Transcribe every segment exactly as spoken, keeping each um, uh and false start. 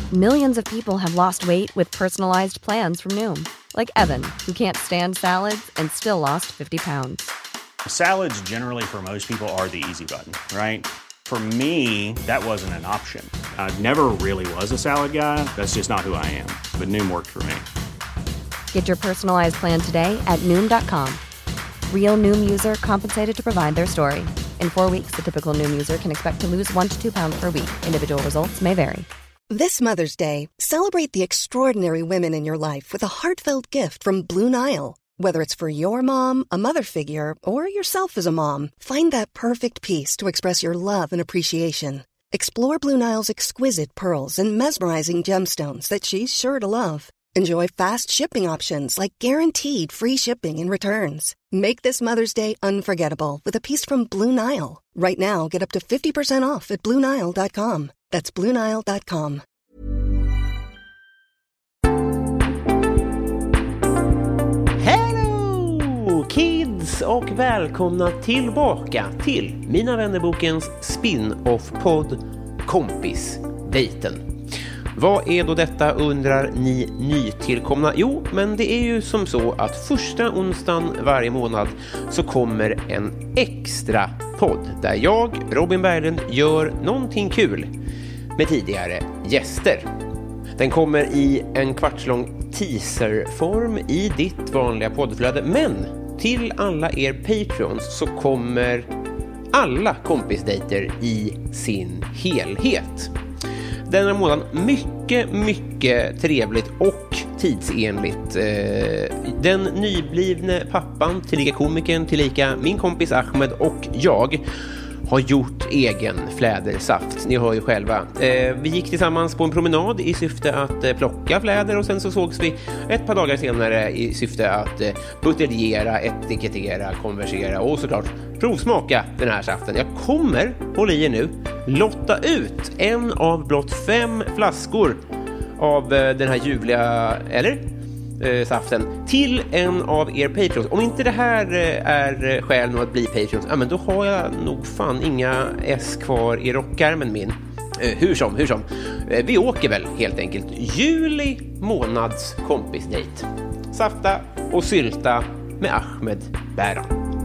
Millions of people have lost weight with personalized plans from Noom. Like Evan, who can't stand salads and still lost fifty pounds. Salads generally for most people are the easy button, right? For me, that wasn't an option. I never really was a salad guy. That's just not who I am. But Noom worked for me. Get your personalized plan today at Noom dot com. Real Noom user compensated to provide their story. In four weeks, the typical Noom user can expect to lose one to two pounds per week. Individual results may vary. This Mother's Day, celebrate the extraordinary women in your life with a heartfelt gift from Blue Nile. Whether it's for your mom, a mother figure, or yourself as a mom, find that perfect piece to express your love and appreciation. Explore Blue Nile's exquisite pearls and mesmerizing gemstones that she's sure to love. Enjoy fast shipping options like guaranteed free shipping and returns. Make this Mother's Day unforgettable with a piece from Blue Nile. Right now, get up to fifty percent off at blue nile dot com. That's blue nile dot com. Hello kids och välkomna tillbaka till Mina vännerbokens spin-off-podd Kompisdejten. Vad är då detta, undrar ni nytillkomna? Jo, men det är ju som så att första onsdagen varje månad så kommer en extra podd där jag, Robin Berglund, gör någonting kul med tidigare gäster. Den kommer i en kvartslång teaserform i ditt vanliga poddflöde, men till alla er patrons så kommer alla kompisdejter i sin helhet. Denna månaden mycket, mycket trevligt och tidsenligt. Den nyblivne pappan, tillika komikern, tillika min kompis Ahmed och jag har gjort egen flädersaft. Ni hör ju själva. Vi gick tillsammans på en promenad i syfte att plocka fläder och sen så sågs vi ett par dagar senare i syfte att buteljera, etikettera, konversera och såklart provsmaka den här saften. Jag kommer, håll i er nu, lotta ut en av blott fem flaskor av den här ljuvliga, eller? Eh, saften till en av er patrons. Om inte det här eh, är skäl nog att bli patrons, ja, men då har jag nog fan inga S kvar i rockärmen min. Eh, hur som, hur som. Eh, vi åker väl helt enkelt. Juli månads kompisdejt. Safta och sylta med Ahmed Bäran.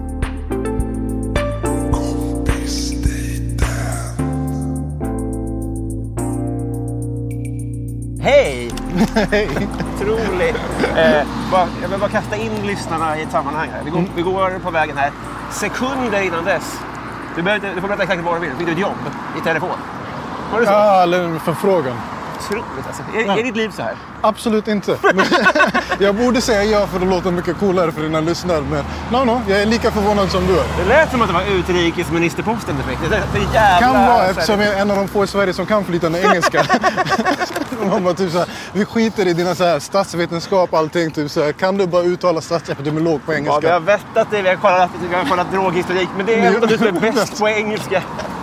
Hej! Hej! Otroligt. Eh, bara, jag vill bara kasta in lyssnarna i ett sammanhang här. Vi går, mm. vi går på vägen här. Sekunder innan dess. Du, behöver, du får berätta exakt vad du vill. Fick du ett jobb i telefon? Var det så? Ja, eller en förfrågan. Otroligt alltså. Är, ja. är ditt liv så här? Absolut inte. Jag borde säga ja för att låta mycket coolare för dina lyssnare. Men no, no, jag är lika förvånad som du är. Det lät som att det var utrikesministerposten. Det är jävla... Kan vara, eftersom jag är en av de få i Sverige som kan flytande engelska. Man bara typ så här, vi skiter i dina så här statsvetenskap och allting. Typ så här, kan du bara uttala statsepidemiolog på engelska? Ja, vi har vettat det. Vi har kollat, vi har kollat droghistorik. Men det är ändå du som är bäst på engelska.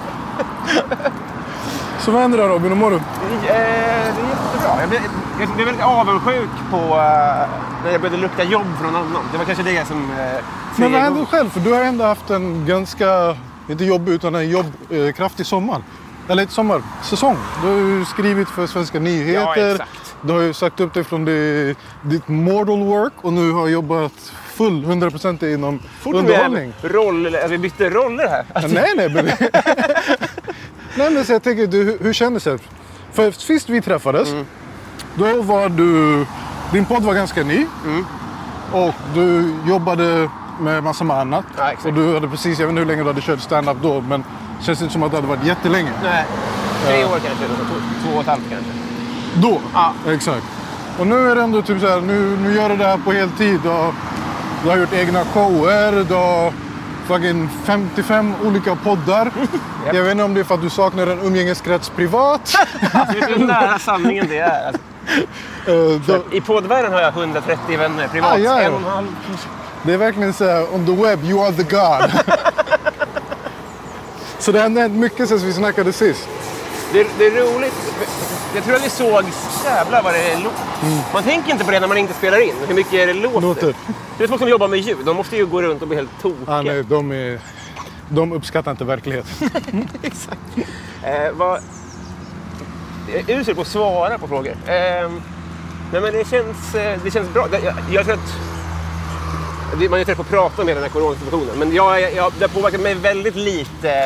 Så vad händer då, Robin? Hur mår du? Eh, det är jättebra. Jag blev, jag blev väldigt avundsjuk på uh, när jag började lukta jobb från någon annan. Det var kanske det som... Uh, Men vad händer själv? För du har ändå haft en ganska, inte jobb utan en jobbkraftig sommar. Eller ett sommarsäsong. Du har ju skrivit för Svenska nyheter. Ja, exakt. Du har ju sagt upp dig från det, ditt mortal work och nu har jobbat full hundra procent inom Fort underhållning. Roll, alltså vi bytte roller här. Alltså. Nej, nej. Men... nej, men så jag tänker, du, hur, hur kändes det? För sist vi träffades, mm. då var du... Din podd var ganska ny. Mm. Och du jobbade med massor med annat. Ja, och du hade precis, jag vet inte hur länge du hade kört stand-up då, men det känns inte som att det hade varit jättelänge. Nej, tre år kanske, två, två och ett halvt kanske. Då? Ja. Exakt. Och nu är det ändå typ så här, nu, nu gör du det här på heltid. Du har, du har gjort egna shower, du har fucking femtiofem olika poddar. Yep. Jag vet inte om det är för att du saknar en umgängeskrets privat. Alltså, vet du hur nära sanningen det är? Alltså. Uh, då... I poddvärlden har jag hundratrettio vänner privat. Ah, ja, ja. En och en halv. Det är verkligen så här, on the web, you are the god. Så det har hänt mycket sen vi snackade sist. Det, det är roligt. Jag tror att vi såg jävlar vad det låter. Mm. Man tänker inte på det när man inte spelar in. Hur mycket det låter. låter. Det är folk som jobbar med ljud. De måste ju gå runt och bli helt tokiga. Ah, nej, de, är, de uppskattar inte verkligheten. Exakt. Eh, vad... jag är usel på att svara på frågor. Eh, nej men det känns, det känns bra. Jag, jag tror att man är trött på att prata om hela den här coronasituationen. Men jag, jag, det har påverkat mig väldigt lite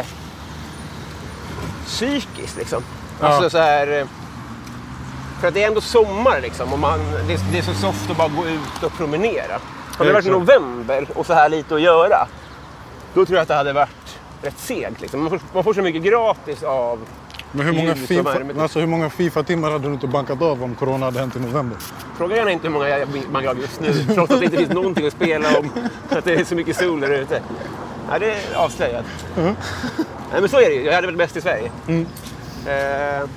psykiskt liksom. Ja. Alltså så här... För att det är ändå sommar liksom. Och man, det, är, det är så soft att bara gå ut och promenera. Hade det varit i november och så här lite att göra, då tror jag att det hade varit rätt segt. Liksom. Man, får, man får så mycket gratis av... Men hur många, FIFA, alltså hur många FIFA-timmar hade du inte bankat av om corona hade hänt i november? Fråga gärna inte hur många jag bankar av just nu. Trots att det inte finns någonting att spela om. Att det är så mycket sol där ute. Ja, det är avslöjat. Mm. Nej, men så är det ju. Jag hade väl bäst i Sverige. Mm. Uh,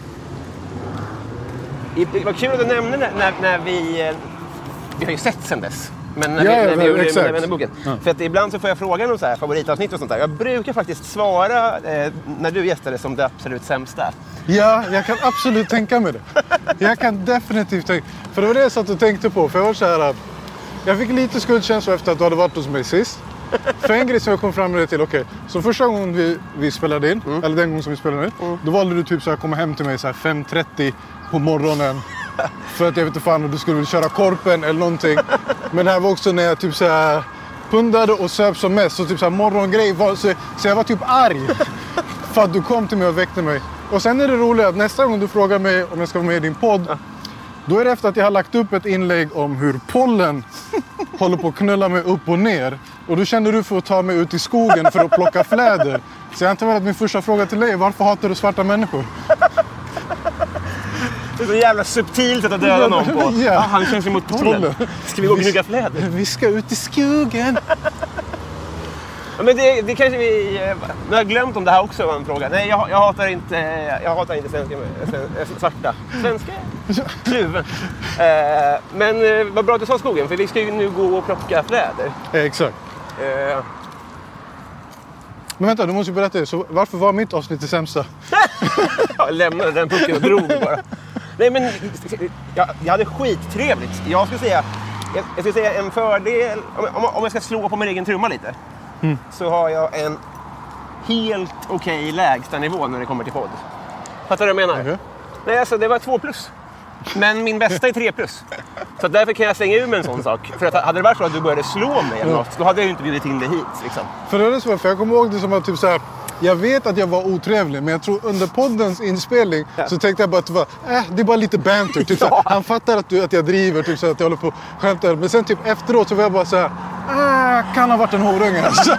det var kul att du nämnde när, när vi... Vi har ju sett sen dess. Men när, ja, vi, när vi gjorde exakt. Med boken. Ja. För att ibland så får jag frågan om så här favoritavsnitt och sånt där. Jag brukar faktiskt svara eh, när du gästade som det absolut sämsta. Ja, jag kan absolut tänka mig det. Jag kan definitivt tänka. För det var det jag satt och tänkte på. För jag var så här att jag fick lite skuldkänsla efter att du hade varit hos mig sist. För en grej som jag kom fram med det till, okej. Okay, så första gången vi, vi spelade in, mm. eller den gången som vi spelade in, mm. då valde du typ så här komma hem till mig så här fem trettio på morgonen. För att jag vet inte fan om du skulle köra korpen eller någonting. Men det här var också när jag typ så här pundade och söp som mest. Så typ så här morgongrej var, så, så jag var typ arg. För att du kom till mig och väckte mig. Och sen är det roligt att nästa gång du frågar mig om jag ska vara med i din podd, då är det efter att jag har lagt upp ett inlägg om hur pollen håller på att knulla mig upp och ner. Och då kände du för att ta mig ut i skogen för att plocka fläder. Så jag antar väl att min första fråga till dig är: varför hatar du svarta människor? Det är så jävla subtilt att döda någon på. Ja. Ah, han känns emot pollen. Ska vi gå och gnugga fläder? Vi ska ut i skogen. Ja, men det, det kanske vi... Nu har jag glömt om det här också var en fråga. Nej, jag, jag hatar inte, jag hatar inte svenska, svarta. Svenska? Kluven. Eh, men vad bra att du sa skogen, för vi ska ju nu gå och plocka fläder. Ja, exakt. Eh. Men vänta, du måste ju berätta det. Så varför var mitt avsnitt det sämsta? Jag lämnade den pucken och drog bara. Nej, men jag, jag hade skittrevligt. Jag skulle säga, jag, jag skulle säga en fördel, om, om jag ska slå på min egen trumma lite, mm. så har jag en helt okej okay lägsta nivå när det kommer till podd. Fattar du vad jag menar? Okay. Nej, alltså det var två plus. Men min bästa är tre plus. Så därför kan jag slänga ur med en sån sak. För att hade det varit så att du började slå mig eller något, då hade jag ju inte bjudit in dig hit liksom. För det är så, för jag kommer ihåg det som att typ så här, jag vet att jag var otrevlig, men jag tror under poddens inspelning ja. så tänkte jag bara att det var, äh, det är bara lite banter. Typ, ja. så här, han fattar att, du, att jag driver, typ, så att jag håller på och skämtar. Men sen typ efteråt så var jag bara så här, ah, kan ha varit en horunge. Alltså.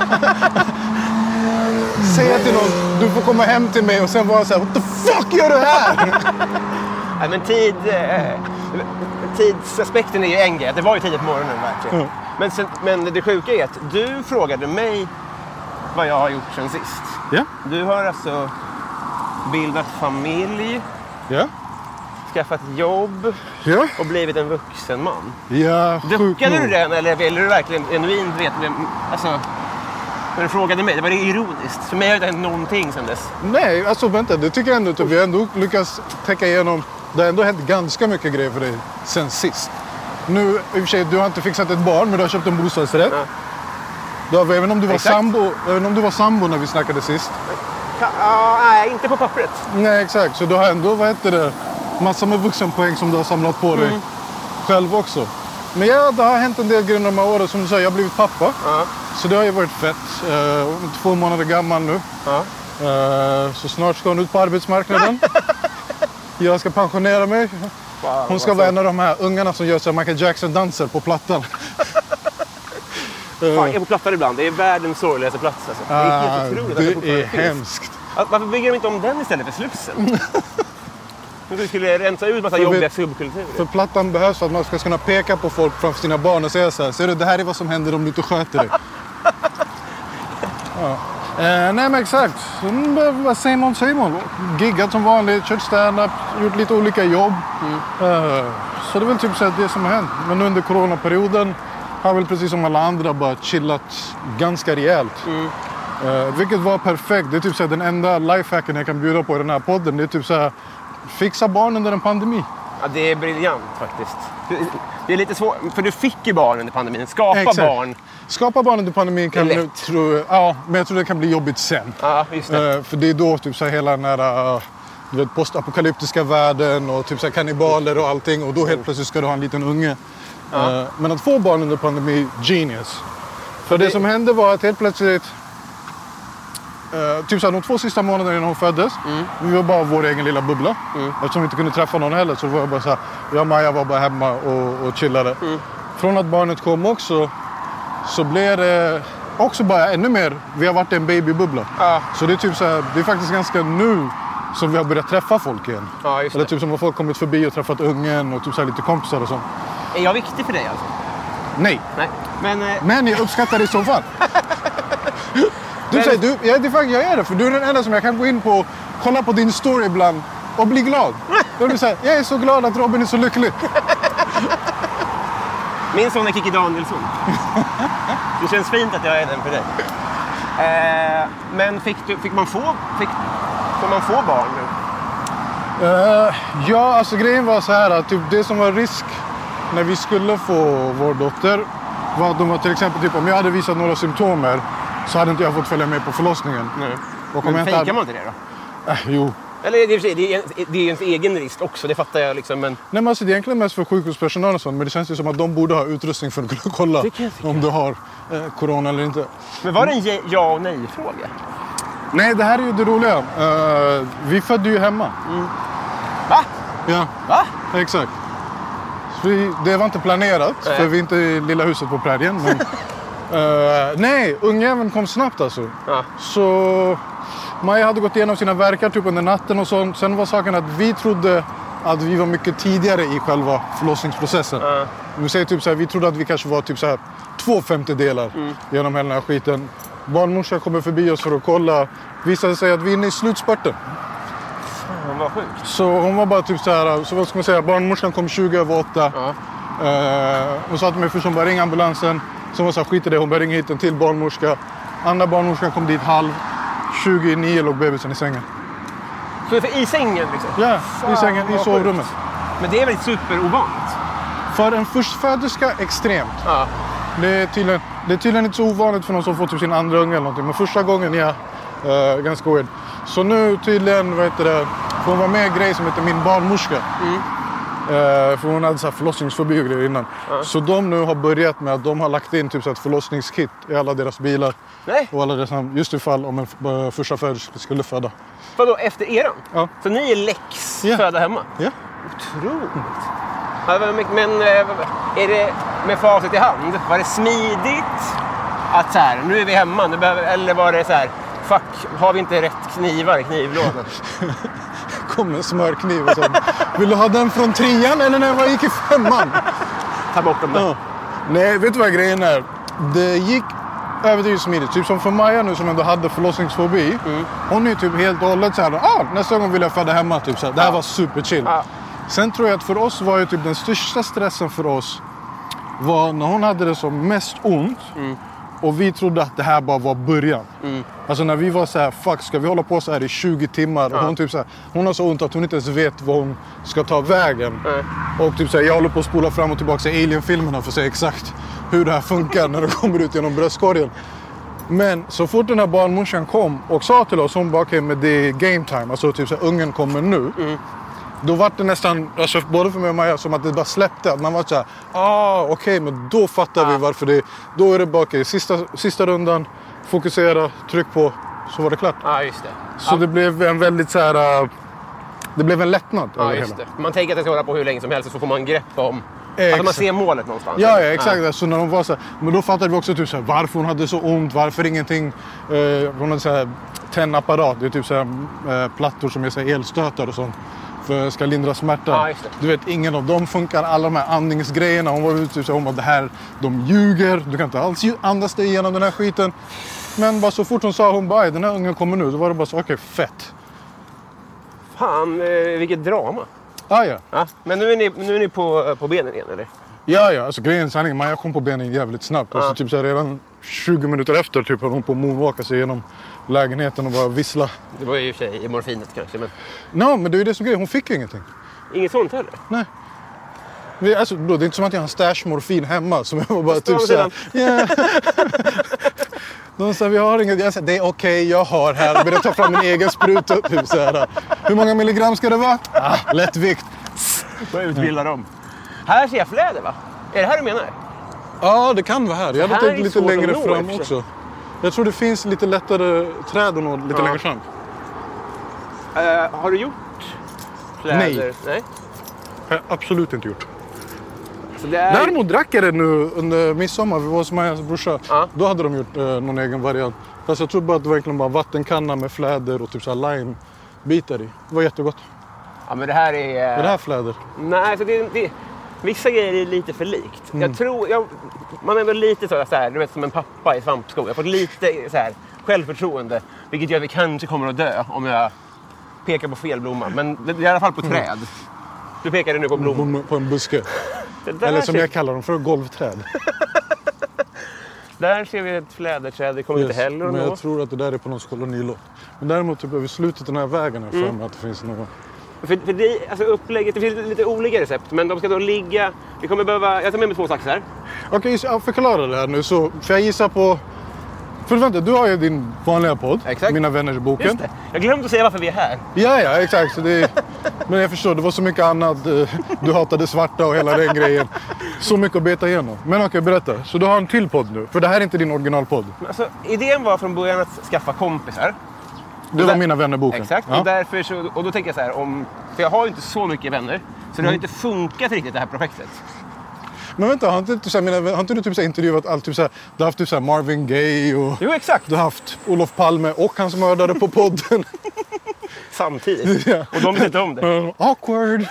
Säga till någon, du får komma hem till mig, och sen var jag så här, what the fuck gör du här? Ja, men tid, eh, tidsaspekten är ju en grej. Det var ju tidigt på morgonen verkligen. Mm. Men, sen, men det sjuka är att du frågade mig vad jag har gjort sen sist. Ja. Du har alltså bildat familj, ja. skaffat jobb ja. och blivit en vuxen man. Ja, duckade du den eller ville du verkligen genuint veta? Alltså, när du frågade mig, det var det ironiskt. För mig har det inte hänt någonting sen dess. Nej, alltså vänta, det tycker jag ändå att vi har ändå lyckats täcka igenom. Det har ändå hänt ganska mycket grejer för dig sen sist. Nu, i och för sig, du har inte fixat ett barn, men du har köpt en bostadsrätt. Ja. Du har, även om du var sambo, även om du var sambo när vi snackade sist. Ja, nej, inte på pappret. Nej, exakt. Så du har ändå, vad heter det, massor med vuxenpoäng som du har samlat på dig mm. själv också. Men ja, det har hänt en del grejer de här åren. Som du säger, jag har blivit pappa. Ja. Så det har ju varit fett. Uh, två månader gammal nu. Ja. Uh, så snart ska hon ut på arbetsmarknaden. Jag ska pensionera mig. Wow, hon ska vara en av de här ungarna som gör så Michael Jackson-danser på plattan. Fan, jag är på plattan ibland. Det är världens sorgligaste plats. Alltså. Det är helt otroligt. Det att det är hemskt. Varför bygger de inte om den istället för Slussen? Du skulle rensa ut massa för jobbiga vi, subkulturer. För plattan behövs för att man ska kunna peka på folk framför sina barn och säga så här: ser du, det här är vad som händer om du inte sköter dig. Ja. Eh, nej men exakt. Simon Simon. Giggat som vanligt, kört stand-up, gjort lite olika jobb. Mm. Eh, så det är väl typ så att det som har hänt. Men under coronaperioden har väl precis som alla andra bara chillat ganska rejält. Mm. Eh, vilket var perfekt. Det är typ så här, den enda lifehacken jag kan bjuda på i den här podden. Det är typ så här, fixa barn under en pandemi. Ja, det är briljant faktiskt. Det är lite svårt, för du fick ju barn under pandemin. Skapa Exakt. barn. Skapa barn under pandemin kan nu, tro, ja, men jag tror det kan bli jobbigt sen. Ja, just det. Uh, för det är då typ så här hela den här uh, du vet, postapokalyptiska världen och typ så här kannibaler och allting. Och då helt plötsligt ska du ha en liten unge. Ja. Uh, men att få barn under pandemi, genius. För det... det som hände var att helt plötsligt, uh, typ så här, de två sista månaderna innan hon föddes, mm. vi var bara vår egen lilla bubbla. Mm. Eftersom vi inte kunde träffa någon heller så var jag bara så här, jag och Maja var bara hemma och, och chillade. Mm. Från att barnet kom också så blev det också bara ännu mer, vi har varit en babybubbla. Ja. Så det är typ så här, det är faktiskt ganska nu som vi har börjat träffa folk igen. Ja, just det. Eller typ som att folk kommit förbi och träffat ungen och typ så här lite kompisar och sånt. Är jag viktig för dig alltså? Nej. Nej. Men, eh... Men jag uppskattar det så fan. Du men... säger, du, jag, det faktiskt, jag är det, för du är den enda som jag kan gå in på och kolla på din story ibland och bli glad. Då blir så här, jag är så glad att Robin är så lycklig. Min son är Kiki Danielsson. Det känns fint att jag är den för dig. Eh, men fick, du, fick man få fick, får man få barn nu? Uh, ja, alltså grejen var så här att typ, det som var risk när vi skulle få vår dotter var att de var till exempel typ, om jag hade visat några symptomer så hade inte jag fått följa med på förlossningen. Nej. Och men fejkar hade... man inte det då? Uh, jo. Eller det är, det, är, det är ens egen risk också, det fattar jag liksom. Men... Nej, men alltså, det är egentligen mest för sjukhuspersonal och sånt, men det känns ju som att de borde ha utrustning för att kunna kolla om du har eh, corona eller inte. Men var det en ja och nej-fråga? Nej, det här är ju det roliga. Uh, vi födde ju hemma. Mm. Va? Ja. Va? Exakt. Så vi, det var inte planerat, nej. För vi är inte i lilla huset på prärien. Men, uh, nej, ungjäveln kom snabbt alltså. Ja. Så... Maja hade gått igenom sina verkar typ under natten och sånt. Sen var saken att vi trodde att vi var mycket tidigare i själva förlossningsprocessen. Uh. Vi säger typ så här, vi trodde att vi kanske var typ så här två femtedelar mm. genom hela den här skiten. Barnmorskan kommer förbi oss för att kolla. Visade sig att vi är inne i slutspurten. Fan, vad sjukt. Så hon var bara typ så här, så vad ska man säga, barnmorskan kom tjugo över åtta. Uh. Uh, hon sa till mig först, hon bara ring ambulansen. Så var så här, skit i det, hon bara ringa hit en till barnmorska. Andra barnmorskan kom dit halv. tjugo i nio låg bebisen i sängen. Så för i sängen liksom? Ja, fan, i sängen, i sovrummet. Men det är väl superovanligt? För en förstföderska extremt. Ja. Det är, tydligen, det är tydligen inte så ovanligt för någon som får typ sin andra unge eller någonting. Men första gången, ja, uh, ganska weird. Så nu tydligen, vad heter det, får hon vara med en grej som heter min barnmorska. Mm. Uh, för hon hade så här förlossningsfobi och grejer innan. Ja. Så de nu har börjat med att de har lagt in typ så ett förlossningskit i alla deras bilar. Nej. Och alla dessa, just ifall om en uh, första föderska skulle föda. Vadå, efter eran? Ja. Så ni är läx yeah. föda hemma? Ja. Yeah. Otroligt. Men är det med facit i hand? Var det smidigt att så här, nu är vi hemma, nu behöver, eller var det så här, fuck, har vi inte rätt knivar i knivlådan? Kom en smörkniv och så. Vill du ha den från trean eller när jag gick i femman? Ta bort dem där. Ja. Nej, vet du vad grejen är? Det gick överdrivet smidigt. Typ som för Maja nu som ändå hade förlossningsfobi. Mm. Hon är typ helt och hållet så här, ah, nästa gång vill jag föda hemma. Typ, så här. Det här ja. var superchill. Ja. Sen tror jag att för oss var ju typ den största stressen för oss var när hon hade det som mest ont. Mm. Och vi trodde att det här bara var början. Mm. Alltså när vi var så här, fuck, ska vi hålla på så här i tjugo timmar? Ja. Och hon typ så här, hon har så ont att hon inte ens vet vad hon ska ta vägen. Mm. Och typ så här, jag håller på att spola fram och tillbaka i Alien-filmerna för att säga exakt hur det här funkar när det kommer ut genom bröstkorgen. Men så fort den här barnmorsan kom och sa till oss, hon bara, okej, okay, men det är game time. Alltså typ så här, ungen kommer nu. Mm. Då var det nästan, alltså, både för mig och Maja, som att det bara släppte. Att man var så här, ah, okej, okay, men då fattar ah. vi varför det. Då är det bara, okay, sista, sista rundan, fokusera, tryck på, så var det klart. Ja, ah, just det. Så ah. det blev en väldigt så här, uh, det blev en lättnad ja, över just hela. Det. Man tänker att det ska hålla på hur länge som helst, så får man grepp om, eh, att man ser målet någonstans. Ja, ja exakt. Ah. Så när de var så här, men då fattade vi också typ så här, varför hon hade så ont, varför ingenting. Uh, hon hade så här, tennapparat, det är typ så här, uh, plattor som är så här, elstötar och sånt. För ska lindra smärta. Ah, du vet, ingen av dem funkar. Alla de här andningsgrejerna. Hon var ute och sa, hon bara, det här, de ljuger. Du kan inte alls andas dig igenom den här skiten. Men bara så fort hon sa, hon bara, den här ungen kommer nu. Då var det bara så, okej, okay, fett. Fan, eh, vilket drama. Ah, ja. ja. Men nu är ni, nu är ni på, på benen igen, eller? Ja, ja. Alltså grejen är sanningen. Maja kom på benen jävligt snabbt. Ah. Och så typ så här, redan tjugo minuter efter typ höll hon på att moonwalka sig igenom lägenheten och bara vissla. Det var ju i och för sig i morfinet kanske, men... No, men det är ju det som grejer. Hon fick ju ingenting. Inget sånt heller? Nej. Vi, alltså, bro, det är inte som att jag har en stash morfin hemma som jag var bara typ såhär... Yeah. De sa, vi har inget... Jag sa, det är okej, okay, jag har här. Men jag tar fram min egen spruta. Typ såhär. Hur många milligram ska det vara? Ah, lättvikt. Vad utbildar de? Här ser jag fläder, va? Är det här du menar? Ja, det kan vara här. Jag hade här tänkt är lite svårt längre att nå, fram efter. också. Jag tror det finns lite lättare träd och nå lite Ja. längre fram. Uh, har du gjort fläder? Nej. Nej. Jag har absolut inte gjort. Så det är... Däremot drack jag det nu under midsommar. Vi var hos Majas brorsa. Ja. Då hade de gjort eh, någon egen variant. Fast jag tror bara att det var egentligen bara vattenkanna med fläder och typ så här lime-bitar i. Det var jättegott. Ja, men det här är... Är det här fläder? Nej, så det, det, vissa grejer är lite för likt. Mm. Jag tror... Jag, man är väl lite så, så här, du vet, som en pappa i svampskog. Jag har fått lite så här, självförtroende. Vilket gör att vi kanske kommer att dö om jag pekar på fel blomma. Men det är i alla fall på träd. Du pekade nu på blommor. På, på en buske. Det där Eller som ser, jag kallar dem för, golvträd. Där ser vi ett fläderträd. Det kommer Yes, inte heller att men nå. jag tror att det där är på någon kolonilott. Men däremot typ över slutet av den här vägen här Mm. för mig att det finns någon... För, för det, alltså upplägget, det finns lite olika recept. Men de ska då ligga... Vi kommer behöva... Jag tar med mig två saxar. Okej, så jag förklarar det här nu. Så, för jag gissar på... För vänta, du har ju din vanliga podd. Exakt. Mina vänner i boken. Just det. Jag glömde att säga varför vi är här. Ja, ja, exakt. Så det, men jag förstår, det var så mycket annat. eh, Du hatade svarta och hela den grejen. Så mycket att beta igenom. Men okej, berätta. Så du har en till podd nu? För det här är inte din originalpodd. Alltså, idén var från början att skaffa kompisar. Det var Mina vänner i boken. Exakt. Ja. Och, därför så, och då tänker jag så här, om, för jag har ju inte så mycket vänner. Så det har ju inte funkat riktigt det här projektet. Men vänta, har inte, typ, så här, mina, har inte du typ, så här, intervjuat allt? Typ, så här, du har haft typ, så här, Marvin Gaye och... Jo, exakt. Du har haft Olof Palme och hans mördare på podden. Samtidigt. Ja. Och de vet inte om det. Uh, awkward.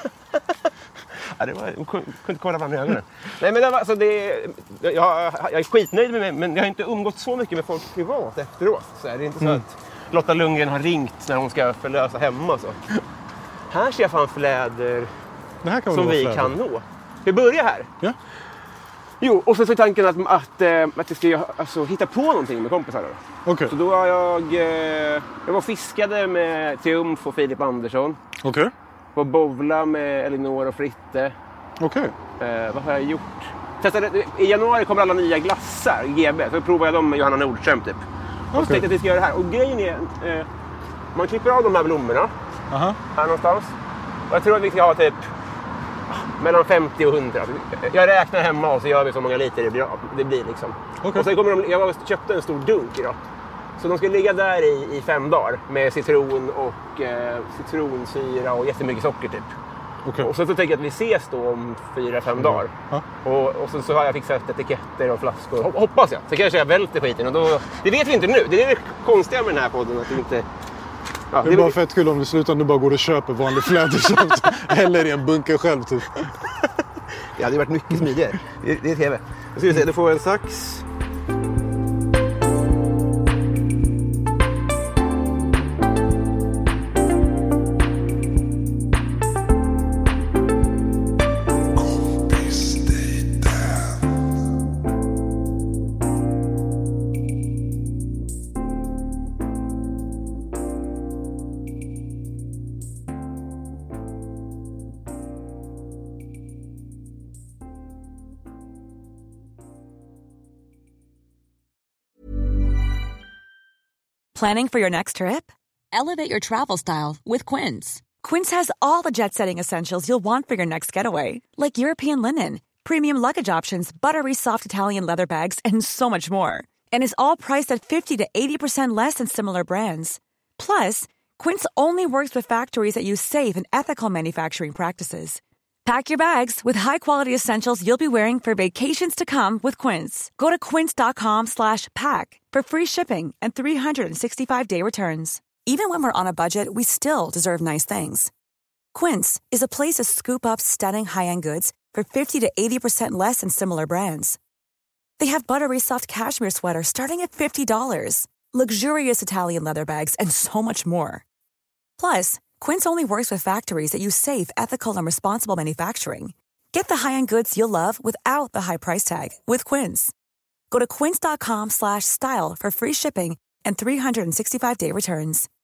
Ja, det var, de kunde inte kolla varandra i ögonen. Nej, men det var, alltså, det, jag, jag är skitnöjd med mig, men jag har inte umgått så mycket med folk privat efteråt. Så här, det är inte så Mm. att Lotta Lundgren har ringt när hon ska förlösa hemma. Så. Här ser jag fan fläder Det här kan väl som vara vi fläder. kan nå. Vi börjar här. Ja. Jo, och så är tanken att, att, eh, att jag ska alltså, hitta på någonting med kompisar. Då. Okej. Så då har jag... Eh, jag var och fiskade med Triumf och Filip Andersson. Okej. Var bowla med Elinor och Fritte. Okej. Eh, vad har jag gjort? Testade, I januari kommer alla nya glassar, G B. Så provade jag dem med Johanna Nordström typ. Och så Okej. tänkte jag att vi ska göra det här. Och grejen är... Eh, man klipper av de här blommorna. Aha. Här någonstans. Och jag tror att vi ska ha typ... mellan femtio och hundra. Jag räknar hemma och så gör vi så många liter det blir, det blir liksom. Okej. Och sen kommer de, jag köpte en stor dunk idag. Så de ska ligga där i, i fem dagar med citron och eh, citronsyra och jättemycket socker typ. Okej. Och sen så tänker jag att vi ses då om fyra, fem dagar. Ja. Och, och sen så har jag fixat etiketter och flaskor. Hop- Hoppas jag. Så kanske jag välter skiten. Och då, det vet vi inte nu. Det är det konstiga med den här podden. Att vi inte... Ja, Det är bara fett kul om det slutar nu bara går och köper vanlig flädersaft. Eller i en bunker själv typ. det hade varit mycket smidigare. Det, det är tv. Jag ska se, du får en sax. Planning for your next trip? Elevate your travel style with Quince. Quince has all the jet-setting essentials you'll want for your next getaway, like European linen, premium luggage options, buttery soft Italian leather bags, and so much more. And is all priced at fifty to eighty percent less than similar brands. Plus, Quince only works with factories that use safe and ethical manufacturing practices. Pack your bags with high-quality essentials you'll be wearing for vacations to come with Quince. Go to quince.com slash pack for free shipping and three sixty-five day returns. Even when we're on a budget, we still deserve nice things. Quince is a place to scoop up stunning high-end goods for fifty to eighty percent less than similar brands. They have buttery soft cashmere sweaters starting at fifty dollars, luxurious Italian leather bags, and so much more. Plus, Quince only works with factories that use safe, ethical, and responsible manufacturing. Get the high-end goods you'll love without the high price tag with Quince. Go to quince.com slash style for free shipping and three sixty-five day returns.